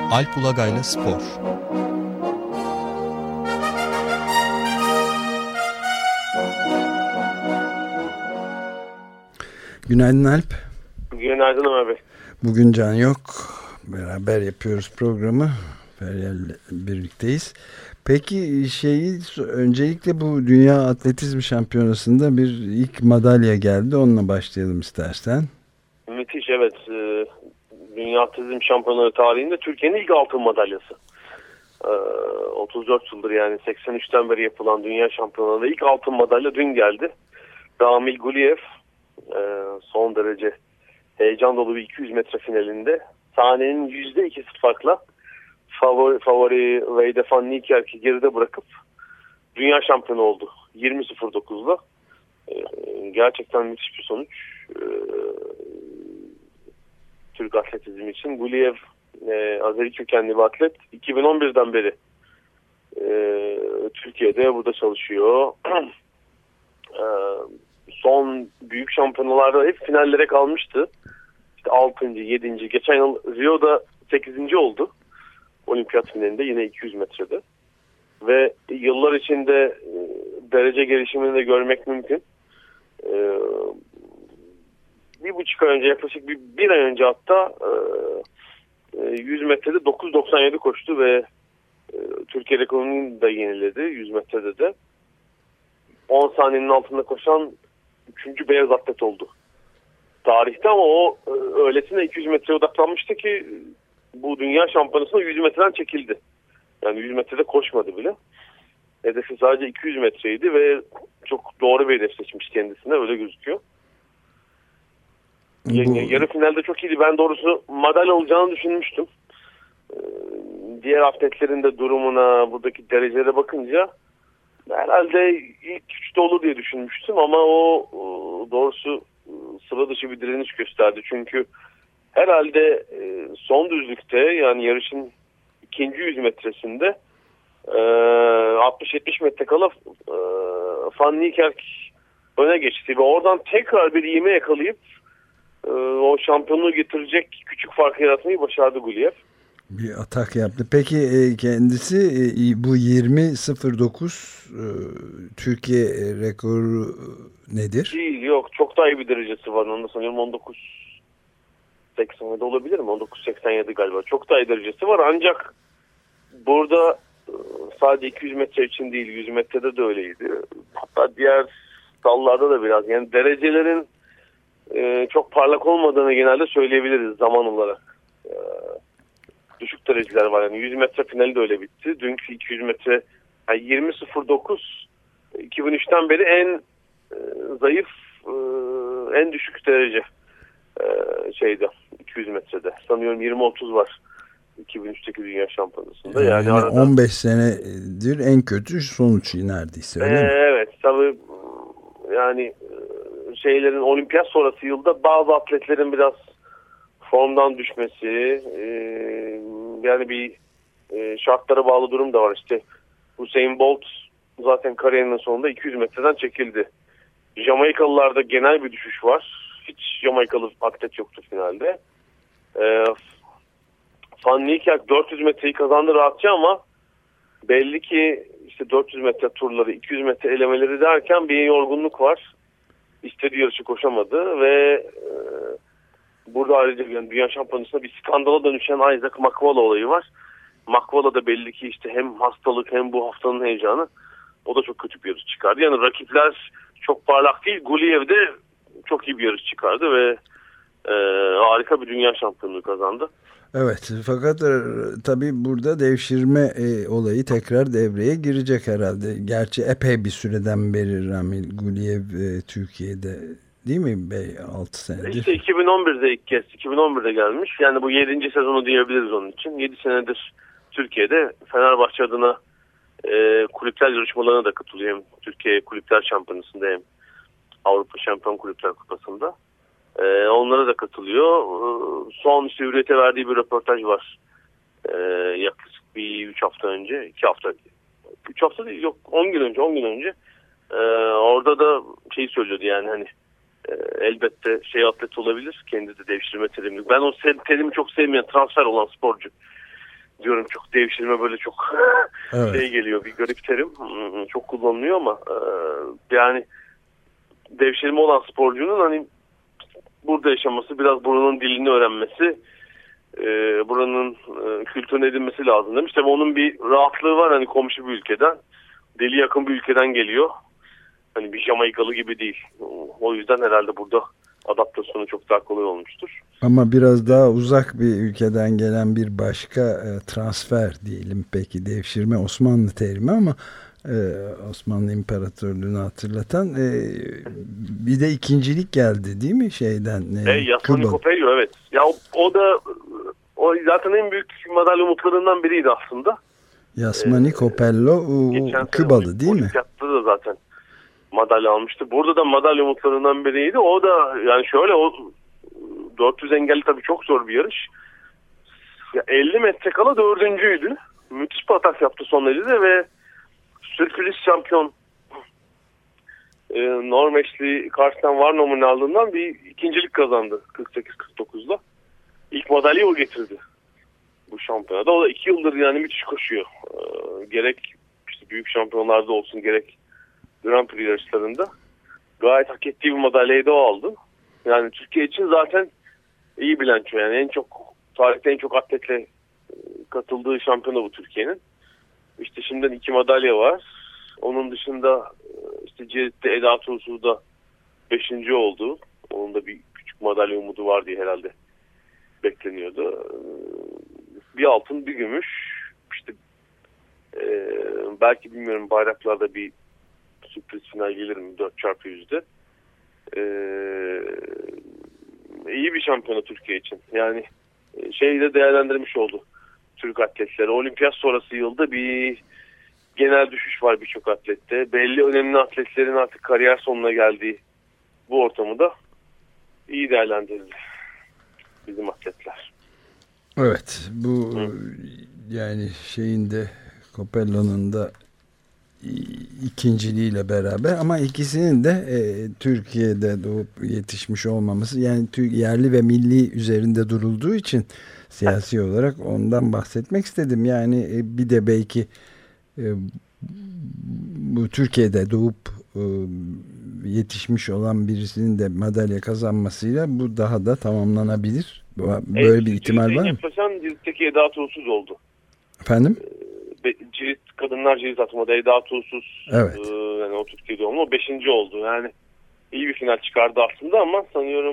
Alp Ulagay'la Spor. Günaydın Alp. Günaydın Ömer Bey. Bugün Can yok. Beraber yapıyoruz programı. Feryal'le birlikteyiz. Peki öncelikle bu Dünya Atletizm Şampiyonası'nda bir ilk madalya geldi. Onunla başlayalım istersen. Müthiş, evet. Dünya Atletizm Şampiyonaları tarihinde Türkiye'nin ilk altın madalyası. 34 yıldır, yani 83'ten beri yapılan Dünya Şampiyonalarında ilk altın madalya dün geldi. Ramil Guliyev son derece heyecan dolu bir 200 metre finalinde sahnenin %2'si farkla favori Weide van Niekerk'i geride bırakıp dünya şampiyonu oldu. 20.09'da. Gerçekten müthiş bir sonuç. Türk atletizm için. Guliyev Azeri kökenli bir atlet. 2011'den beri Türkiye'de burada çalışıyor. Son büyük şampiyonalarda hep finallere kalmıştı. İşte 6. 7. Geçen yıl Rio'da 8. oldu. Olimpiyat finalinde yine 200 metrede. Ve yıllar içinde derece gelişimini de görmek mümkün. 1,5 ay önce, yaklaşık bir ay önce hatta 100 metrede 9.97 koştu ve Türkiye rekorunu da yeniledi 100 metrede de. 10 saniyenin altında koşan 3. beyaz atlet oldu tarihte, ama o öylesine 200 metreye odaklanmıştı ki bu dünya şampiyonasında 100 metreden çekildi. Yani 100 metrede koşmadı bile. Hedefi sadece 200 metreydi ve çok doğru bir hedef seçmiş kendisine, öyle gözüküyor. Yarı finalde çok iyiydi. Ben doğrusu madalya olacağını düşünmüştüm. Diğer atletlerin de durumuna, buradaki derecelere bakınca herhalde ilk 3'te olur diye düşünmüştüm, ama o doğrusu sıra dışı bir direniş gösterdi. Çünkü herhalde son düzlükte, yani yarışın ikinci 100 metresinde 60-70 metre kala Van Niekerk öne geçti ve oradan tekrar bir ivme yakalayıp o şampiyonluğu getirecek küçük farkı yaratmayı başardı Guliyev. Bir atak yaptı. Peki kendisi bu 20.09 Türkiye rekoru nedir? Değil, yok. Çok daha iyi bir derecesi var. Onu da sanıyorum 19.87 olabilir mi? 19.87 galiba. Çok daha iyi derecesi var. Ancak burada sadece 200 metre için değil, 100 metrede de öyleydi. Hatta diğer dallarda da biraz. Yani derecelerin çok parlak olmadığını genelde söyleyebiliriz zaman olarak. Düşük dereceler var. Yani 100 metre finali de öyle bitti. Dünkü 200 metre yani 20.09 2003'ten beri en zayıf, en düşük derece 200 metrede. Sanıyorum 20.30 var 2003'teki dünya şampiyonasında. Yani arada 15 senedir en kötü sonuç neredeyse, öyle mi? Evet, tabii yani olimpiyat sonrası yılda bazı atletlerin biraz formdan düşmesi, yani bir şartlara bağlı durum da var. İşte Usain Bolt zaten kariyerinin sonunda 200 metreden çekildi. Jamaikalılarda genel bir düşüş var. Hiç Jamaikalı atlet yoktu finalde. Van Niekerk 400 metreyi kazandı rahatça, ama belli ki işte 400 metre turları, 200 metre elemeleri derken bir yorgunluk var. İstediği yarışı koşamadı ve burada ayrıca dünya şampiyonasında bir skandala dönüşen Isaac Makwala olayı var. Makwala da belli ki işte hem hastalık hem bu haftanın heyecanı, o da çok kötü bir yarış çıkardı. Yani rakipler çok parlak değil. Guliyev de çok iyi bir yarış çıkardı ve harika bir dünya şampiyonluğu kazandı. Evet, fakat tabii burada devşirme olayı tekrar devreye girecek herhalde. Gerçi epey bir süreden beri Ramil Guliyev Türkiye'de, değil mi? 6 senedir. İşte 2011'de ilk kez, 2011'de gelmiş. Yani bu 7. sezonu diyebiliriz onun için. 7 senedir Türkiye'de Fenerbahçe adına kulüpler yarışmalarına da katılıyor. Hem Türkiye Kulüpler Şampiyonası'nda hem Avrupa Şampiyon Kulüpler Kupası'nda. Onlara da katılıyor. Son işte Hürriyet'e verdiği bir röportaj var. Yaklaşık bir 3 hafta önce, 2 hafta, 3 hafta değil, yok 10 gün önce. Orada da söylüyordu, yani hani elbette atlet olabilir. Kendi de devşirme terimi. Ben o terimi çok sevmeyen, transfer olan sporcu. diyorum, çok devşirme böyle çok evet. şey geliyor, bir garip terim, çok kullanılıyor ama yani devşirme olan sporcunun hani burada yaşaması, biraz buranın dilini öğrenmesi, buranın kültürünü edinmesi lazım demiş. Tabii onun bir rahatlığı var, hani komşu bir ülkeden, deli yakın bir ülkeden geliyor. Hani bir Jamaikalı gibi değil. O yüzden herhalde burada adaptasyonu çok daha kolay olmuştur. Ama biraz daha uzak bir ülkeden gelen bir başka transfer diyelim, peki devşirme Osmanlı terimi ama Osmanlı İmparatorluğu'nu hatırlatan bir de ikincilik geldi değil mi şeyden? Yasmani Copello, evet. Ya o da zaten en büyük madalya umutlarından biriydi aslında. Yasmani Copello Kübalı değil mi? Olimpiyat'ta da zaten madalya almıştı. Burada da madalya umutlarından biriydi. O da yani şöyle, o 400 engelli tabii çok zor bir yarış. 50 metre kala dördüncüydü. Müthiş bir atak yaptı son 50'de ve sürpriz şampiyon Norveçli Karsten Warholm'un aldığından bir ikincilik kazandı 48-49'da. İlk madalyayı o getirdi bu şampiyonada. O da 2 yıldır yani müthiş koşuyor. Gerek işte büyük şampiyonlarda olsun, gerek Grand Prix yarışlarında. Gayet hak ettiği bir madalyayı da o aldı. Yani Türkiye için zaten iyi bilanço. Yani en çok, tarihte en çok atletle katıldığı şampiyona bu Türkiye'nin. İşte şimdiden 2 madalya var. Onun dışında işte Cirit'te Eda Tursu da 5. oldu. Onun da bir küçük madalya umudu var diye herhalde bekleniyordu. Bir altın, bir gümüş. İşte belki bilmiyorum, bayraklarda bir sürpriz final gelir mi 4x100'de. İyi bir şampiyona Türkiye için. Yani şeyi de değerlendirmiş oldu Türk atletleri. Olimpiyat sonrası yılda bir genel düşüş var birçok atlette. Belli önemli atletlerin artık kariyer sonuna geldiği bu ortamı da iyi değerlendirildi bizim atletler. Evet, bu yani şeyin de, Copello'nun da ikinciliğiyle beraber, ama ikisinin de Türkiye'de doğup yetişmiş olmaması, yani yerli ve milli üzerinde durulduğu için siyasi olarak ondan bahsetmek istedim. Yani bir de belki bu Türkiye'de doğup yetişmiş olan birisinin de madalya kazanmasıyla bu daha da tamamlanabilir. Böyle bir ihtimal var mı? Yaklaşan Cirit'teki Eda Tuğsuz oldu. Efendim? Cirit, kadınlar cirit atmada Eda Tuğsuz, evet. Yani o Türkiye doğumlu, o 5. oldu. Yani iyi bir final çıkardı aslında ama sanıyorum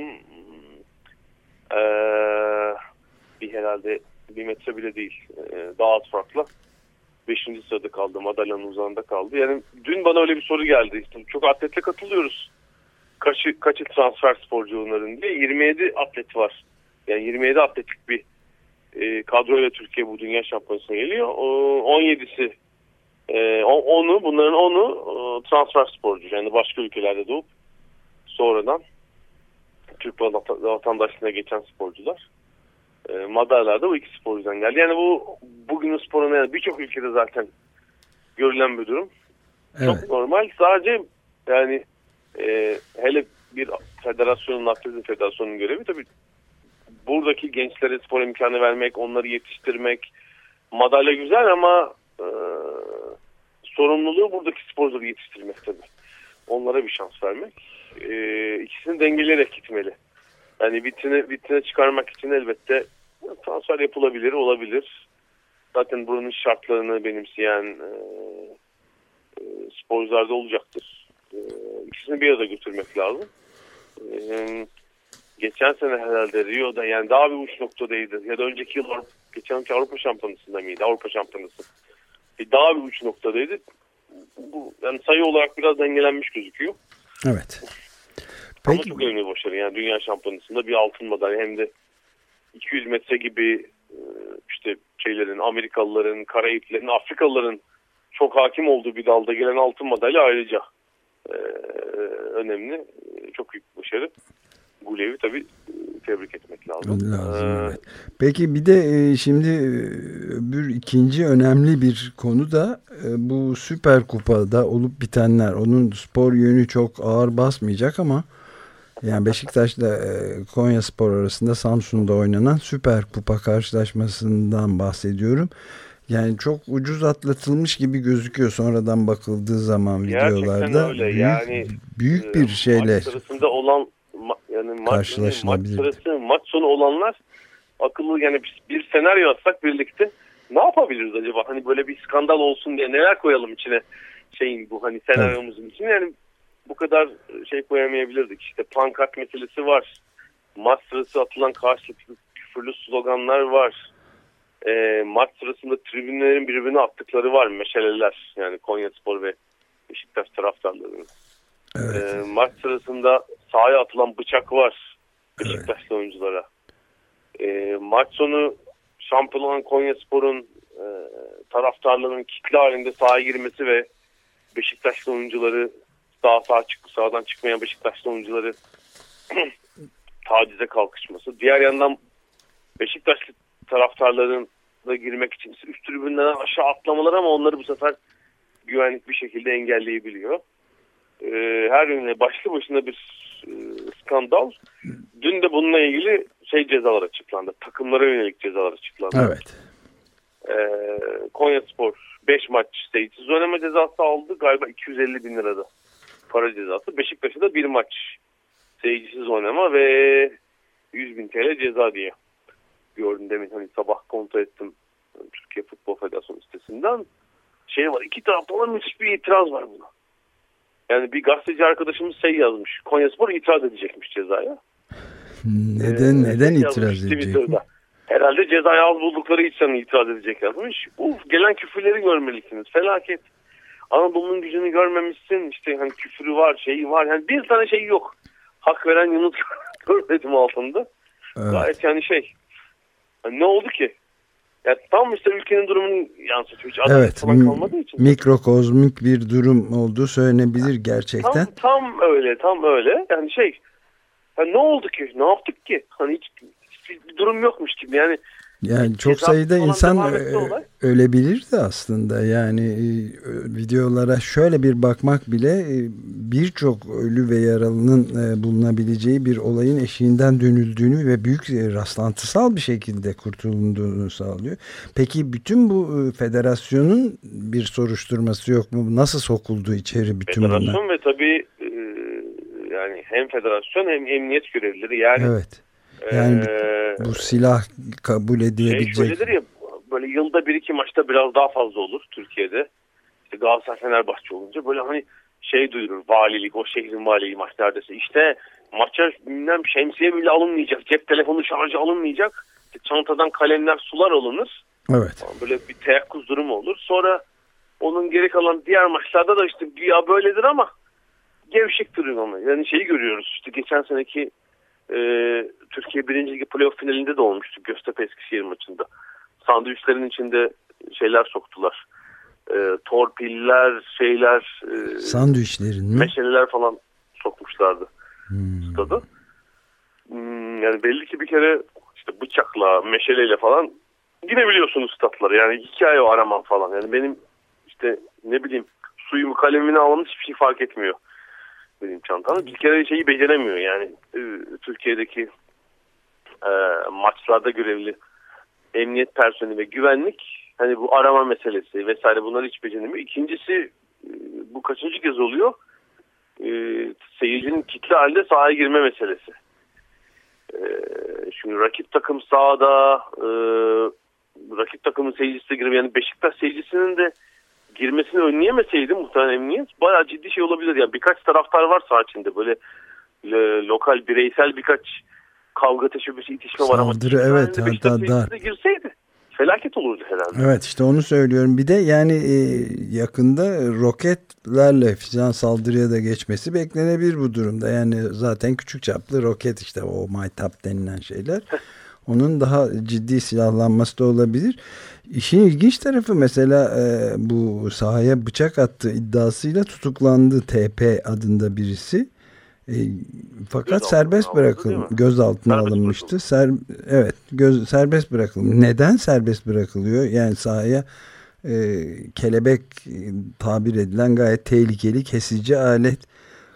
bir herhalde 1 metre bile değil. Daha az farkla 5. sırada kaldı. Madalyanın uzağında kaldı. Yani dün bana öyle bir soru geldi. İşte çok atletle katılıyoruz. Kaçı transfer sporcuların diye. 27 atlet var. Yani 27 atletlik bir kadroyla Türkiye bu dünya şampiyonasına geliyor. 17'si bunların 10'u transfer sporcu. Yani başka ülkelerde doğup sonradan Türk vatandaşlığına geçen sporcular. Madalyalar da bu 2 sporcudan geldi. Yani bu bugünün sporuna, yani birçok ülkede zaten görülen bir durum. Evet. Çok normal. Sadece yani hele bir federasyonun, atletizm federasyonunun görevi tabii buradaki gençlere spor imkanı vermek, onları yetiştirmek. Madalya güzel ama sorumluluğu buradaki sporcuları yetiştirmek tabii. Onlara bir şans vermek. İkisini dengeleyerek gitmeli. Yani vitrine çıkarmak için elbette transfer yapılabilir, olabilir. Zaten buranın şartlarını benimseyen sporcular da olacaktır. İkisini bir arada götürmek lazım. Geçen sene herhalde Rio'da, yani daha bir uç noktadaydı. Ya da önceki yıl geçenki Avrupa Şampiyonası'nda mıydı? Avrupa Şampiyonası. Daha bir uç noktadaydı. Bu yani sayı olarak biraz dengelenmiş gözüküyor. Evet. Ama çok önemli bir başarı. Yani dünya şampiyonasında bir altın madalya, hem de 200 metre gibi işte şeylerin, Amerikalıların, Karayiplerin, Afrikalıların çok hakim olduğu bir dalda gelen altın madalya ayrıca önemli. Çok büyük bir başarı. Gulev'i tabii tebrik etmek lazım. Evet. Peki bir de şimdi ikinci önemli bir konu da bu Süper Kupa'da olup bitenler. Onun spor yönü çok ağır basmayacak ama Yani Beşiktaş'la Konyaspor arasında Samsun'da oynanan Süper Kupa karşılaşmasından bahsediyorum. Yani çok ucuz atlatılmış gibi gözüküyor sonradan bakıldığı zaman videolarda. Gerçekten öyle. Yani büyük bir şeyle maç sırasında olan maç sırası, maç sonu olanlar akıllı. Yani bir senaryo atsak birlikte ne yapabiliriz acaba? Hani böyle bir skandal olsun diye neler koyalım içine bu hani senaryomuzun içine. Yani bu kadar şey koyamayabilirdik. İşte pankart meselesi var. Maç sırası atılan karşılıklı küfürlü sloganlar var. Maç sırasında tribünlerin birbirine attıkları var. Meşaleler. Yani Konyaspor ve Beşiktaş taraftarlarının. Evet. Maç sırasında sahaya atılan bıçak var. Beşiktaşlı oyunculara. Maç sonu şampiyon olan Konyaspor'un taraftarlarının kitle halinde sahaya girmesi ve Beşiktaşlı oyuncuları sahadan çıkmayan Beşiktaşlı oyuncuları tacize kalkışması. Diğer yandan Beşiktaşlı taraftarların da girmek için üst tribünden aşağı atlamaları ama onları bu sefer güvenlik bir şekilde engelleyebiliyor. Her yönüne başlı başına bir skandal. Dün de bununla ilgili cezalar açıklandı. Takımlara yönelik cezalar açıklandı. Evet. Konyaspor 5 maç seyircisiz oynama cezası aldı. Galiba 250 bin lirada para cezası. Beşiktaş'a da 1 maç seyircisiz oynama ve 100 bin TL ceza diye gördüm demin. Hani sabah kontrol ettim Türkiye Futbol Federasyonu sitesinden. Var. 2 tarafta olan müthiş bir itiraz var buna. Yani bir gazeteci arkadaşımız yazmış. Konyaspor itiraz edecekmiş cezaya. Neden itiraz edecek? Herhalde cezayı az buldukları için itiraz edecek yazmış. Gelen küfürleri görmelisiniz. Felaket. Anadolu'nun gücünü görmemişsin. İşte hani küfürü var, var. Yani bir tane yok. Hak veren yanıt görmedim altında. Evet. Gayet yani yani ne oldu ki? Yani tam ülkenin durumunu yansıtıyor. Hiç evet. Falan kalmadığı için. Mikrokozmik bir durum olduğu söylenebilir gerçekten. Tam öyle. Yani yani ne oldu ki? Ne yaptık ki? Hani hiçbir durum yokmuş gibi. Yani çok sayıda insan ölebilirdi aslında. Yani videolara şöyle bir bakmak bile birçok ölü ve yaralının bulunabileceği bir olayın eşiğinden dönüldüğünü ve büyük rastlantısal bir şekilde kurtulunduğunu sağlıyor. Peki bütün bu federasyonun bir soruşturması yok mu? Nasıl sokuldu içeri bütün bunlar? Federasyon ve tabii yani hem federasyon hem emniyet görevlileri evet. Yani bu silah kabul edilebilecek. Şöyledir ya, böyle yılda 1-2 maçta biraz daha fazla olur Türkiye'de. İşte Galatasaray Fenerbahçe olunca böyle hani duyurur valilik, o şehrin valiliği maç neredeyse. İşte maça şemsiye bile alınmayacak, cep telefonu şarjı alınmayacak. İşte çantadan kalemler, sular alınır. Evet. Böyle bir teyakkuz durumu olur. Sonra onun geri kalan diğer maçlarda da işte güya böyledir ama gevşek duruyor ama. Yani görüyoruz işte geçen seneki Türkiye 1. Ligi playoff finalinde de olmuştu Göztepe Eskişehir maçında. Sandviçlerin içinde soktular. Torpiller, sandviçlerin mi? Meşaleler falan sokmuşlardı stada. Yani belli ki bir kere işte bıçakla, meşaleyle falan girebiliyorsunuz statlara. Yani hikaye o araman falan. Yani benim işte suyumu, kalemini almamız hiçbir şey fark etmiyor. Benim çantamda. Bir kere beceremiyor yani Türkiye'deki maçlarda görevli emniyet personeli ve güvenlik hani bu arama meselesi vesaire bunları hiç beceremiyor. İkincisi bu kaçıncı kez oluyor? Seyircinin kitle halinde sahaya girme meselesi. Şimdi rakip takım sahada rakip takımın seyircisi de girmiyor. Yani Beşiktaş seyircisinin de girmesini önleyemeseydi muhtemelen emniyet bayağı ciddi olabilir. Yani birkaç taraftar var saha içinde böyle lokal bireysel birkaç kavga teşebbüsü itişme var ama evet, hatta da girseydi felaket olurdu herhalde. Evet işte onu söylüyorum. Bir de yani yakında roketlerle filan saldırıya da geçmesi beklenebilir bu durumda. Yani zaten küçük çaplı roket işte o maytap denilen şeyler. Onun daha ciddi silahlanması da olabilir. İşin ilginç tarafı mesela bu sahaya bıçak attığı iddiasıyla tutuklandı TP adında birisi. Fakat serbest gözaltına alınmıştı. Serbest bırakılmış. Neden serbest bırakılıyor? Yani sahaya kelebek tabir edilen gayet tehlikeli kesici alet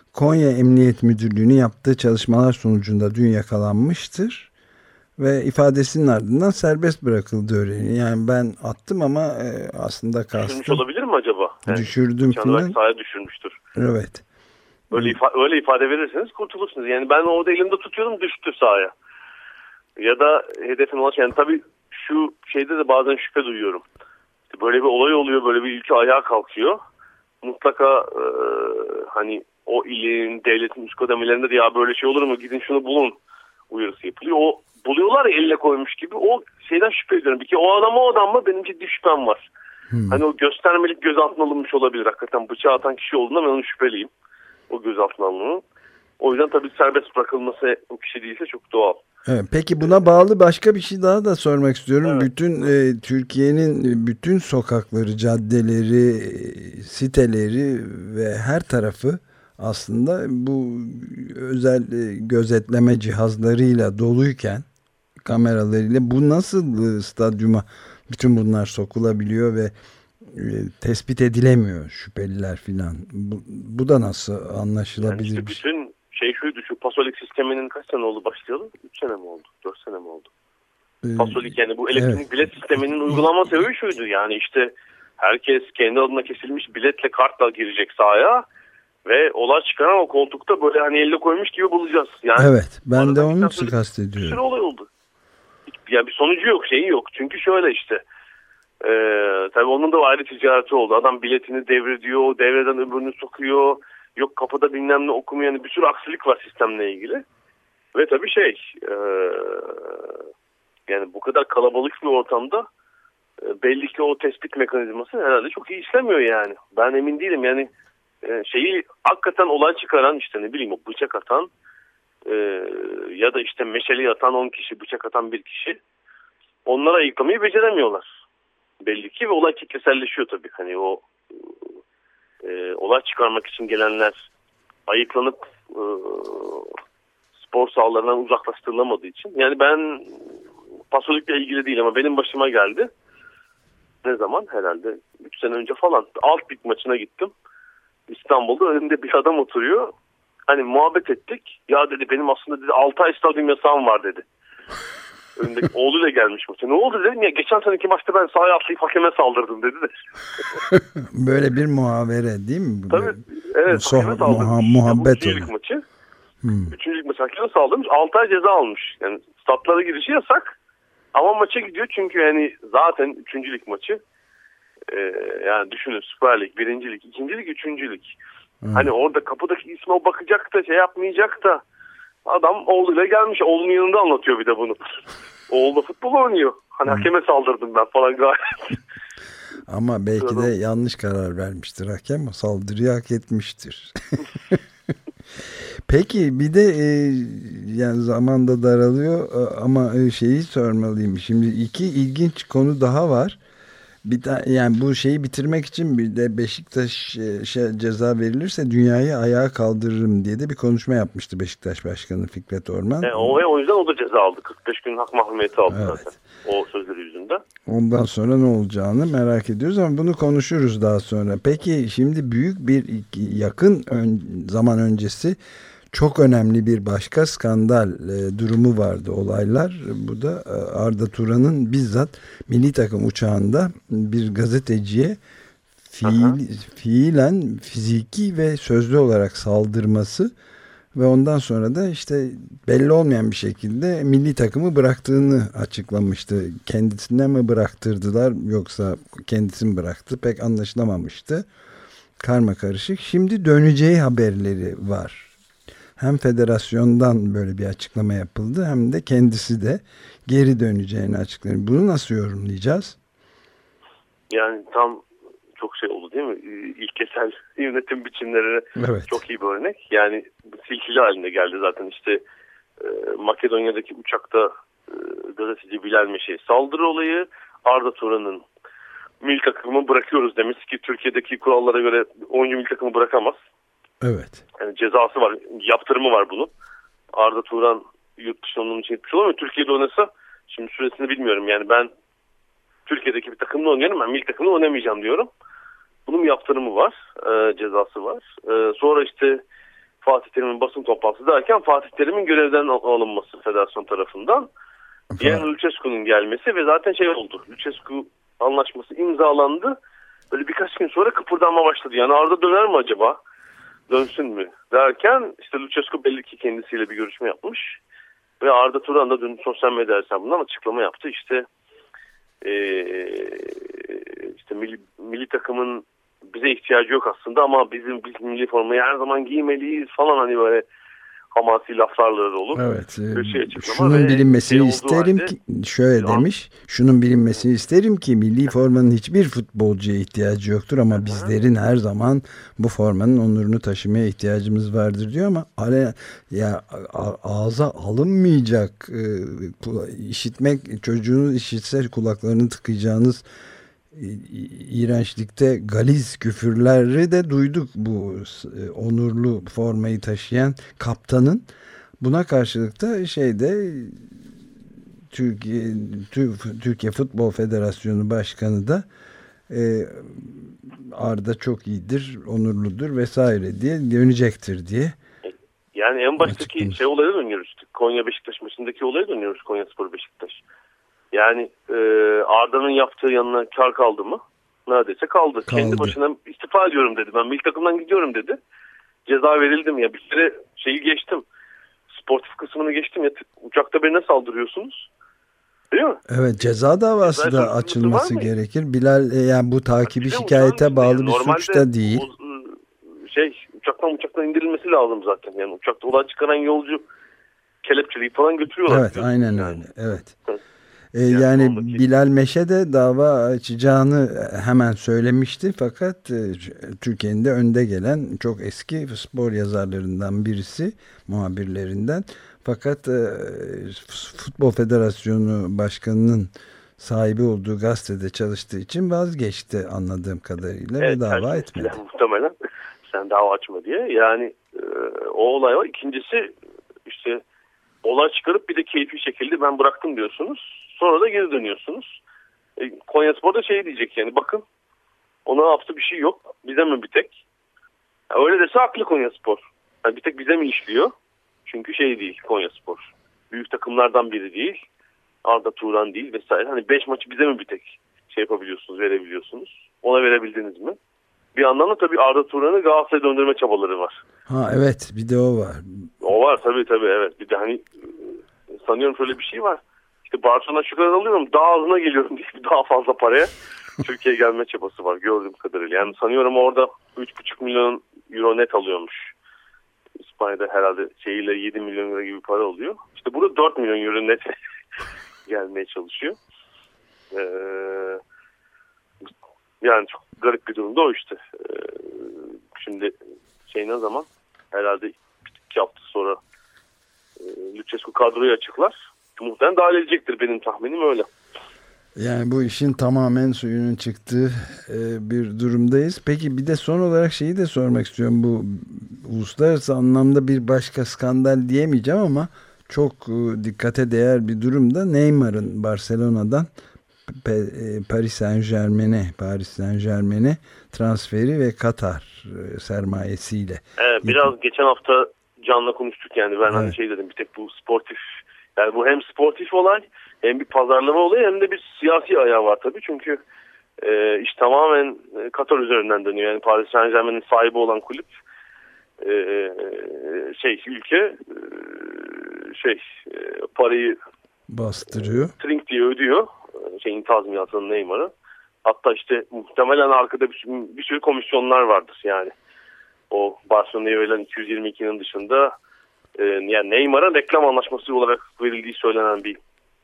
Konya Emniyet Müdürlüğü'nün yaptığı çalışmalar sonucunda dün yakalanmıştır. Ve ifadesinin ardından serbest bırakıldı öğreniyor. Yani ben attım ama aslında kastım. Düşürmüş olabilir mi acaba? Yani düşürdüm filan. Sahaya düşürmüştür. Evet. Öyle ifade verirseniz kurtulursunuz. Yani ben orada elimde tutuyorum, düştü sahaya. Ya da hedefin ulaşan. Yani tabii şu şeyde de bazen şüphe duyuyorum. İşte böyle bir olay oluyor, böyle bir ülke ayağa kalkıyor. Mutlaka hani o ilin, devletin üst kademelerinde de ya böyle şey olur mu, gidin şunu bulun uyarısı yapılıyor. O buluyorlar ya, elle koymuş gibi, o şeyden şüphe ediyorum. Bir kere o adam mı, benim ciddi şüphem var. Hani o göstermelik gözaltına alınmış olabilir. Hakikaten bıçağı atan kişi olduğunda ben onun şüpheliyim. O gözaltına alınmanın. O yüzden tabii serbest bırakılması o kişi değilse çok doğal. Evet, peki buna bağlı başka bir şey daha da sormak istiyorum. Evet. Bütün Türkiye'nin bütün sokakları, caddeleri, siteleri ve her tarafı aslında bu özel gözetleme cihazlarıyla doluyken, kameralarıyla, bu nasıl stadyuma bütün bunlar sokulabiliyor ve tespit edilemiyor şüpheliler filan? Bu da nasıl anlaşılabilir? Yani işte bütün şey şuydu, şu Pasolik sisteminin kaç sene oldu başlayalım? 3 sene mi oldu? 4 sene mi oldu? Pasolik, yani bu elektronik bilet sisteminin uygulama sebebi şuydu. Yani işte herkes kendi adına kesilmiş biletle, kartla girecek sahaya ve olay çıkaran o koltukta böyle hani elle koymuş gibi bulacağız. Yani evet, ben de onun için kastediyorum. Bir sürü olay oldu. Yani bir sonucu yok, şeyi yok. Çünkü şöyle işte tabii onun da ayrı ticareti oldu. Adam biletini devrediyor, o devreden öbürünü sokuyor. Yok kapıda bilmem ne okumuyor. Yani bir sürü aksilik var sistemle ilgili. Ve tabii yani bu kadar kalabalık bir ortamda belli ki o tespit mekanizması herhalde çok iyi işlemiyor yani. Ben emin değilim yani, şeyi hakikaten olay çıkaran, işte ne bileyim, o bıçak atan ya da işte meşaleyi atan 10 kişi, bıçak atan 1 kişi, onlara ayıklamayı beceremiyorlar. Belli ki ve olay kitleselleşiyor tabii. Hani o olay çıkarmak için gelenler ayıklanıp spor sahalarından uzaklaştırılamadığı için. Yani ben Pasolik'le ilgili değil ama benim başıma geldi. Ne zaman? Herhalde 3 sene önce falan. Alt lig maçına gittim. İstanbul'da önümde bir adam oturuyor. Hani muhabbet ettik. Ya dedi, benim aslında dedi 6 ay stadyum yasağım var dedi. Önündeki oğluyla gelmiş maça. Ne oldu dedim ya, geçen seneki maçta ben sahaya atlayıp hakeme saldırdım dedi de. Böyle bir muhavere değil mi? Tabii. Evet. Muhabbet oluyor. 3. maçı. 3. lig maçı hakeme saldırmış. 6 ay ceza almış. Yani statlara girişi yasak. Ama maça gidiyor çünkü yani zaten 3. lig maçı. Yani düşünün, Süper Lig, 1. lig, 2. lig, 3. lig. Hani orada kapıdaki isme o bakacak da şey yapmayacak da, adam oğluyla gelmiş. Oğlunun yanında anlatıyor bir de bunu. Oğlu da futbol oynuyor. Hani hakeme saldırdım ben falan gayet. Ama belki de yanlış karar vermiştir hakem. Saldırıyı hak etmiştir. Peki bir de yani zaman da daralıyor ama şeyi sormalıyım. Şimdi 2 ilginç konu daha var. Yani bu şeyi bitirmek için bir de Beşiktaş ceza verilirse dünyayı ayağa kaldırırım diye de bir konuşma yapmıştı Beşiktaş Başkanı Fikret Orman. O yüzden o da ceza aldı. 45 gün hak mahrumiyeti aldı zaten. O sözleri yüzünden. Ondan sonra ne olacağını merak ediyoruz ama bunu konuşuruz daha sonra. Peki şimdi büyük bir yakın zaman öncesi çok önemli bir başka skandal durumu vardı, olaylar. Bu da Arda Turan'ın bizzat milli takım uçağında bir gazeteciye fiilen fiziki ve sözlü olarak saldırması ve ondan sonra da işte belli olmayan bir şekilde milli takımı bıraktığını açıklamıştı. Kendisine mi bıraktırdılar yoksa kendisi mi bıraktı pek anlaşılamamıştı. Karma karışık. Şimdi döneceği haberleri var. Hem federasyondan böyle bir açıklama yapıldı hem de kendisi de geri döneceğini açıkladı. Bunu nasıl yorumlayacağız? Yani tam çok şey oldu değil mi? İlkesel yönetim biçimleri çok iyi bir örnek. Yani silsile halinde geldi zaten. İşte Makedonya'daki uçakta gazeteci Bilal Meşe saldırı olayı, Arda Turan'ın milli takımı bırakıyoruz demiş ki Türkiye'deki kurallara göre oyuncu milli takımı bırakamaz. Evet. Yani cezası var, yaptırımı var bunun. Arda Turan yurt dışında onun için etmiş olamıyor. Türkiye'de oynasa, şimdi süresini bilmiyorum. Yani ben Türkiye'deki bir takımda oynuyorum, ben milli takımda oynamayacağım diyorum. Bunun yaptırımı var, cezası var. Sonra işte Fatih Terim'in basın toplantısı derken Fatih Terim'in görevden alınması federasyon tarafından. Yani Lucescu'nun gelmesi ve zaten şey oldu. Lucescu anlaşması imzalandı. Böyle birkaç gün sonra kıpırdanma başladı. Yani Arda döner mi acaba? Dönsün mü? Derken işte Lucescu belli ki kendisiyle bir görüşme yapmış. Ve Arda Turan da dün sosyal medya hesabından açıklama yaptı. İşte milli takımın bize ihtiyacı yok aslında ama biz milli formayı her zaman giymeliyiz falan, hani böyle hamasi laflarla olur. Evet. Şey şunun bilinmesini isterim ki şöyle demiş. Şunun bilinmesini isterim ki milli formanın hiçbir futbolcuya ihtiyacı yoktur ama bizlerin her zaman bu formanın onurunu taşımaya ihtiyacımız vardır diyor ama ya ağza alınmayacak, işitmek, çocuğunuz işitse kulaklarını tıkayacağınız iğrençlikte galiz küfürleri de duyduk bu onurlu formayı taşıyan kaptanın. Buna karşılık da Türkiye Futbol Federasyonu Başkanı da Arda çok iyidir, onurludur vesaire diye dönecektir diye. Yani en baştaki olaya dönüyoruz. Konya Beşiktaş maçındaki olaya dönüyoruz. Konyaspor Beşiktaş. Yani Arda'nın yaptığı yanına kar kaldı mı? Neredeyse kaldı. Kendi başına istifa ediyorum dedi. Ben milli takımdan gidiyorum dedi. Ceza verildi mi ya? Bir kere geçtim. Sportif kısmını geçtim ya. Uçakta birine saldırıyorsunuz. Değil mi? Evet, ceza davası da açılması gerekir. Bilal, yani bu takibi şikayete bağlı bir suç da değil. Uçaktan indirilmesi lazım zaten. Yani uçakta olay çıkaran yolcu kelepçeleyip falan götürüyorlar. Evet, aynen öyle. Evet. Yani Bilal Meşe de dava açacağını hemen söylemişti fakat Türkiye'nin de önde gelen çok eski spor yazarlarından birisi, muhabirlerinden, fakat Futbol Federasyonu Başkanı'nın sahibi olduğu gazetede çalıştığı için vazgeçti anladığım kadarıyla, ve dava etmedi. Muhtemelen sen dava açma diye. Yani o olay var. İkincisi işte olay çıkarıp bir de keyfi şekilde ben bıraktım diyorsunuz. Sonra da geri dönüyorsunuz. Konyaspor da diyecek yani, bakın ona yaptı bir şey yok. Bize mi bir tek? Öyle dese haklı Konyaspor. Yani bir tek bize mi işliyor? Çünkü değil Konyaspor. Büyük takımlardan biri değil. Arda Turan değil vesaire. Hani 5 maçı bize mi bir tek yapabiliyorsunuz, verebiliyorsunuz? Ona verebildiniz mi? Bir yandan da tabii Arda Turan'ı Galatasaray'a döndürme çabaları var. Ha evet, bir de o var. O var tabii evet. Bir de hani sanıyorum şöyle bir şey var. İşte Barcelona şu kadar alıyorum, daha azına geliyorum diye daha fazla paraya Türkiye'ye gelme çabası var gördüğüm kadarıyla. Yani sanıyorum orada 3,5 milyon euro net alıyormuş. İspanya'da herhalde 7 milyon euro gibi para alıyor. İşte burada 4 milyon euro net gelmeye çalışıyor. Yani çok garip bir durumda o işte. Şimdi ne zaman? Herhalde 2 hafta sonra Lucescu kadroyu açıklar. Muhtemelen dahil edecektir, benim tahminim öyle. Yani bu işin tamamen suyunun çıktığı bir durumdayız. Peki bir de son olarak de sormak istiyorum. Bu uluslararası anlamda bir başka skandal diyemeyeceğim ama çok dikkate değer bir durumda. Neymar'ın Barcelona'dan Paris Saint-Germain'e transferi ve Katar sermayesiyle. Evet, biraz geçen hafta Can'la konuştuk yani. Ben hani dedim, bir tek bu sportif, yani bu hem sportif olay hem bir pazarlama olayı hem de bir siyasi ayağı var tabii. Çünkü iş tamamen Katar üzerinden dönüyor. Yani Paris Saint-Germain'in sahibi olan kulüp ülke parayı bastırıyor. Trink diye ödüyor. Tazminatının Neymar'ı. Hatta işte muhtemelen arkada bir sürü komisyonlar vardır yani. O Barcelona'ya verilen 222'nin dışında yani Neymar'a reklam anlaşması olarak verildiği söylenen bir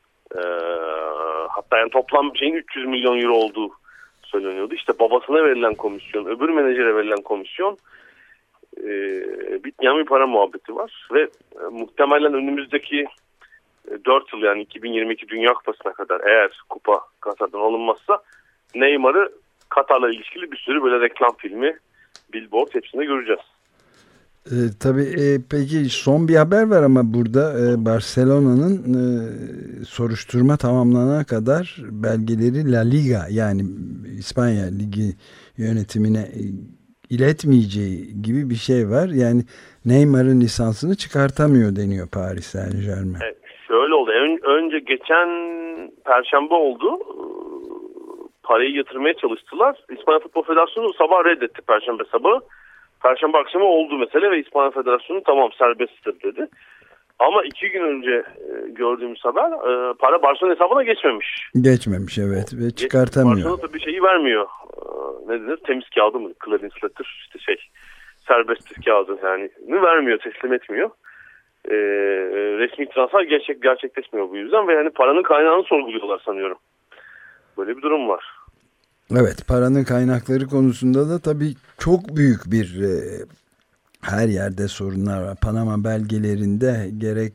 hatta yani toplam 300 milyon euro olduğu söyleniyordu. İşte babasına verilen komisyon, öbür menajere verilen komisyon, bitmeyen bir para muhabbeti var ve muhtemelen önümüzdeki 4 yıl, yani 2022 Dünya Kupası'na kadar eğer kupa Katar'dan alınmazsa Neymar'ı Katar'la ilişkili bir sürü böyle reklam filmi, billboard hepsinde göreceğiz. Tabii peki son bir haber var ama burada Barcelona'nın soruşturma tamamlanana kadar belgeleri La Liga, yani İspanya Ligi yönetimine iletmeyeceği gibi bir şey var. Yani Neymar'ın lisansını çıkartamıyor deniyor Paris Saint-Germain. Şöyle oldu. Önce geçen Perşembe oldu. Parayı yatırmaya çalıştılar. İspanya Futbol Federasyonu sabah reddetti Perşembe sabahı. Perşembe akşamı oldu mesele ve İspanya Federasyonu tamam serbesttir dedi. Ama 2 gün önce gördüğümüz haber para Barcelona hesabına geçmemiş. Geçmemiş evet ve çıkartamıyor. Barcelona tabii şeyi vermiyor. Ne denir? Temiz kağıdı mı? Clearance letter işte serbestlik kağıdı yani vermiyor, teslim etmiyor. Resmi transfer gerçekleşmiyor bu yüzden ve yani paranın kaynağını sorguluyorlar sanıyorum. Böyle bir durum var. Evet, paranın kaynakları konusunda da tabii çok büyük bir her yerde sorunlar var. Panama belgelerinde gerek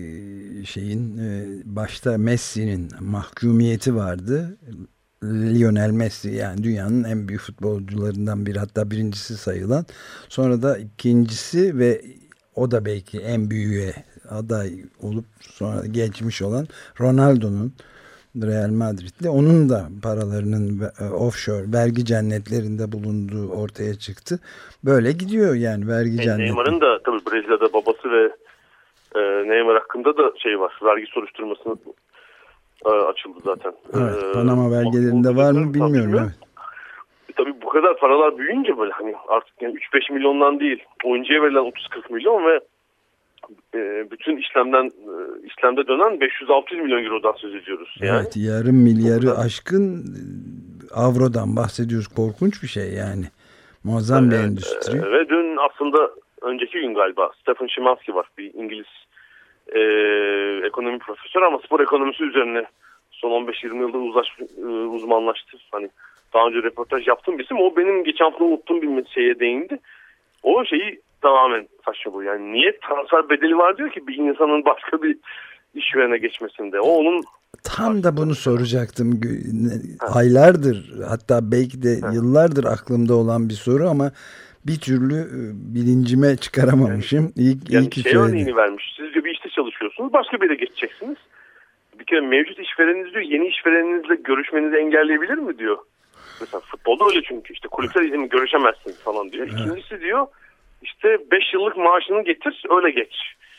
başta Messi'nin mahkumiyeti vardı. Lionel Messi yani dünyanın en büyük futbolcularından biri, hatta birincisi sayılan. Sonra da ikincisi ve o da belki en büyüğe aday olup sonra geçmiş olan Ronaldo'nun Real Madrid'de, onun da paralarının offshore vergi cennetlerinde bulunduğu ortaya çıktı. Böyle gidiyor yani vergi cennetleri. Neymar'ın da tabii Brezilya'da babası ve Neymar hakkında da var. Vergi soruşturmasını açıldı zaten. Evet, Panama belgelerinde var mı bilmiyorum. Evet. Tabii bu kadar paralar büyüyünce böyle hani artık yani 3-5 milyondan değil, oyuncuya verilen 30-40 milyon ve bütün işlemde dönen 500-600 milyon eurodan söz ediyoruz. Yani. Evet, yarım milyarı aşkın avrodan bahsediyoruz. Korkunç bir şey yani. Muazzam bir endüstri. Ve dün aslında önceki gün galiba Stephen Szymanski var, bir İngiliz ekonomi profesörü ama spor ekonomisi üzerine son 15-20 yılda uzmanlaştı. Hani daha önce röportaj yaptığım bir isim. O benim geçen hafta unuttuğum bir şeye değindi. O şeyi tamamen saçma bu. Yani niye transfer bedeli var diyor ki bir insanın başka bir işverene geçmesinde. O onun tam da bunu soracaktım. Aylardır, hatta belki de yıllardır aklımda olan bir soru ama bir türlü bilincime çıkaramamışım. İyi ki söyledin. Örneğini vermiş. Siz diyor bir işte çalışıyorsunuz. Başka bir yere geçeceksiniz. Bir kere mevcut işvereniniz diyor yeni işvereninizle görüşmenizi engelleyebilir mi diyor. Mesela futbolda öyle çünkü işte kulüpler izin görüşemezsin falan diyor. Evet. İkincisi diyor işte 5 yıllık maaşını getir öyle geç.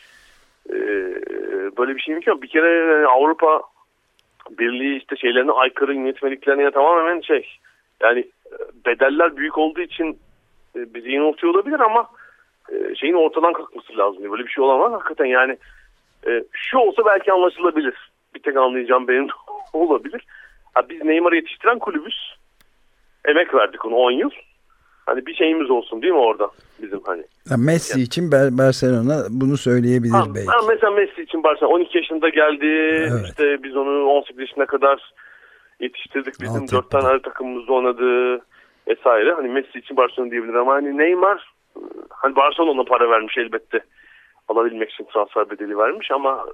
Böyle bir şey mümkün. Bir kere Avrupa Birliği işte şeylerine aykırı, yönetmeliklerine tamamen yani bedeller büyük olduğu için bizi yanıltıyor olabilir ama şeyin ortadan kalkması lazım diyor. Böyle bir şey olamaz hakikaten yani şu olsa belki anlaşılabilir. Bir tek anlayacağım benim olabilir. Biz Neymar'ı yetiştiren kulübüz. Emek verdik onu 10 yıl. Hani bir şeyimiz olsun değil mi orada bizim hani. Messi yani. için Barcelona bunu söyleyebilir belki. Mesela Messi için Barcelona 12 yaşında geldi. Evet. İşte biz onu 18 yaşına kadar yetiştirdik. Bizim 4 tane ayrı takımımızda oynadı vesaire. Hani Messi için Barcelona diyebilir ama hani Neymar hani Barcelona ona para vermiş elbette. Alabilmek için transfer bedeli vermiş ama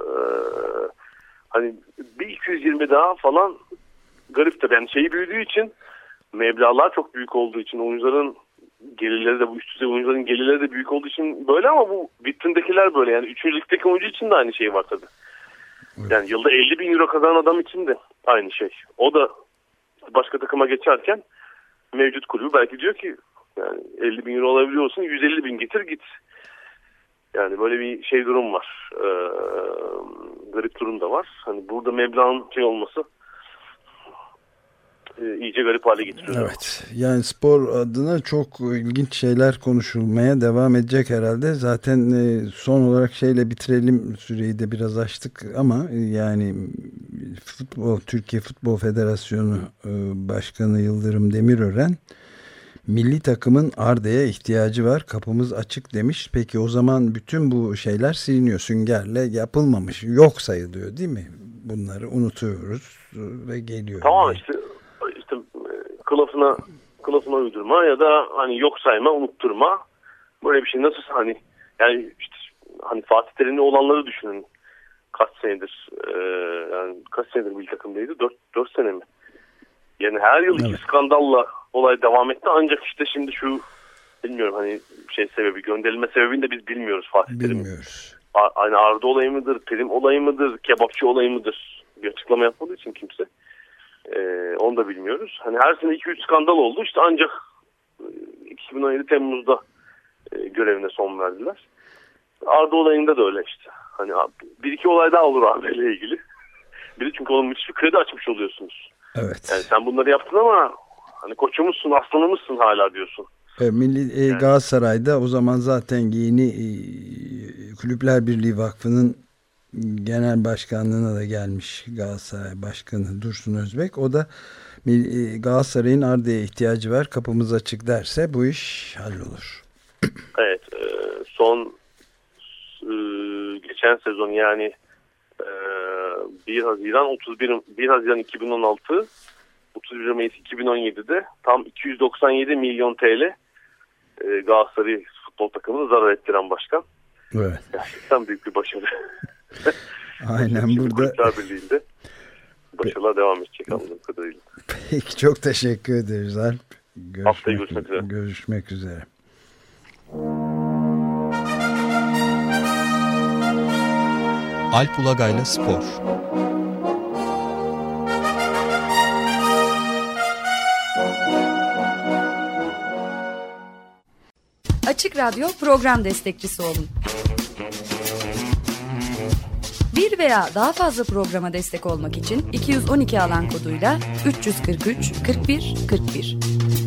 hani bir 220 daha falan garip tabii. Yani şeyi büyüdüğü için meblağlar çok büyük olduğu için oyuncuların gelirleri de bu üst düzey oyuncuların gelirleri de büyük olduğu için böyle ama bu vitrindekiler böyle yani 3. ligdeki oyuncu için de aynı şey var tabii. Evet. Yani yılda 50 bin euro kazanan adam için de aynı şey. O da başka takıma geçerken mevcut kulübü belki diyor ki yani 50 bin euro alabiliyorsun 150 bin getir git. Yani böyle bir durum var. Garip durum da var. Hani burada meblağın olması iyice garip hale getiriyor. Evet. Yani spor adına çok ilginç şeyler konuşulmaya devam edecek herhalde. Zaten son olarak bitirelim, süreyi de biraz açtık ama yani Türkiye Futbol Federasyonu Başkanı Yıldırım Demirören milli takımın Arda'ya ihtiyacı var, kapımız açık demiş. Peki o zaman bütün bu şeyler siliniyor, süngerle yapılmamış, yok sayılıyor değil mi? Bunları unutuyoruz ve geliyor. Tamam işte kılıfına uydurma ya da hani yok sayma, unutturma. Böyle bir şey nasıl hani yani işte hani Fatih Terim'de olanları düşünün. Kaç senedir milli takımdaydı? 4 sene mi? Yani her yıl iki skandalla olay devam etti ancak işte şimdi şu bilmiyorum hani sebebi gönderilme sebebini de biz bilmiyoruz Fatih Terim'in. Bilmiyoruz. Hani Arda olayı mıdır, Terim olayı mıdır, kebapçı olayı mıdır? Bir açıklama yapmadığı için kimse. Onu da bilmiyoruz. Hani her sene 2-3 skandal oldu. İşte ancak 2017 Temmuz'da görevine son verdiler. Arda olayında da öyle işte. Hani bir iki olay daha olur Arda ile ilgili. Biri çünkü onun müthiş bir kredi açmış oluyorsunuz. Evet. Yani sen bunları yaptın ama hani koçumuzsun, aslanımızsın hala diyorsun. Yani. Galatasaray'da o zaman zaten yeni Kulüpler Birliği Vakfı'nın genel başkanlığına da gelmiş Galatasaray Başkanı Dursun Özbek. O da Galatasaray'ın Arda'ya ihtiyacı var, kapımız açık derse bu iş hallolur. Evet. Son geçen sezon yani 1 Haziran 2016 31 Mayıs 2017'de tam 297 milyon TL Galatasaray futbol takımını zarar ettiren başkan. Evet. Gerçekten büyük bir başarı. Aynen burada. Kulüpler Birliği'nde başarılar devam edecek anladığım kadarıyla. Peki çok teşekkür ederiz Alp. Haftaya görüşmek üzere. Görüşmek üzere. Alp Ulagay'la Spor. Açık Radyo program destekçisi olun. Bir veya daha fazla programa destek olmak için 212 alan koduyla 343 41 41.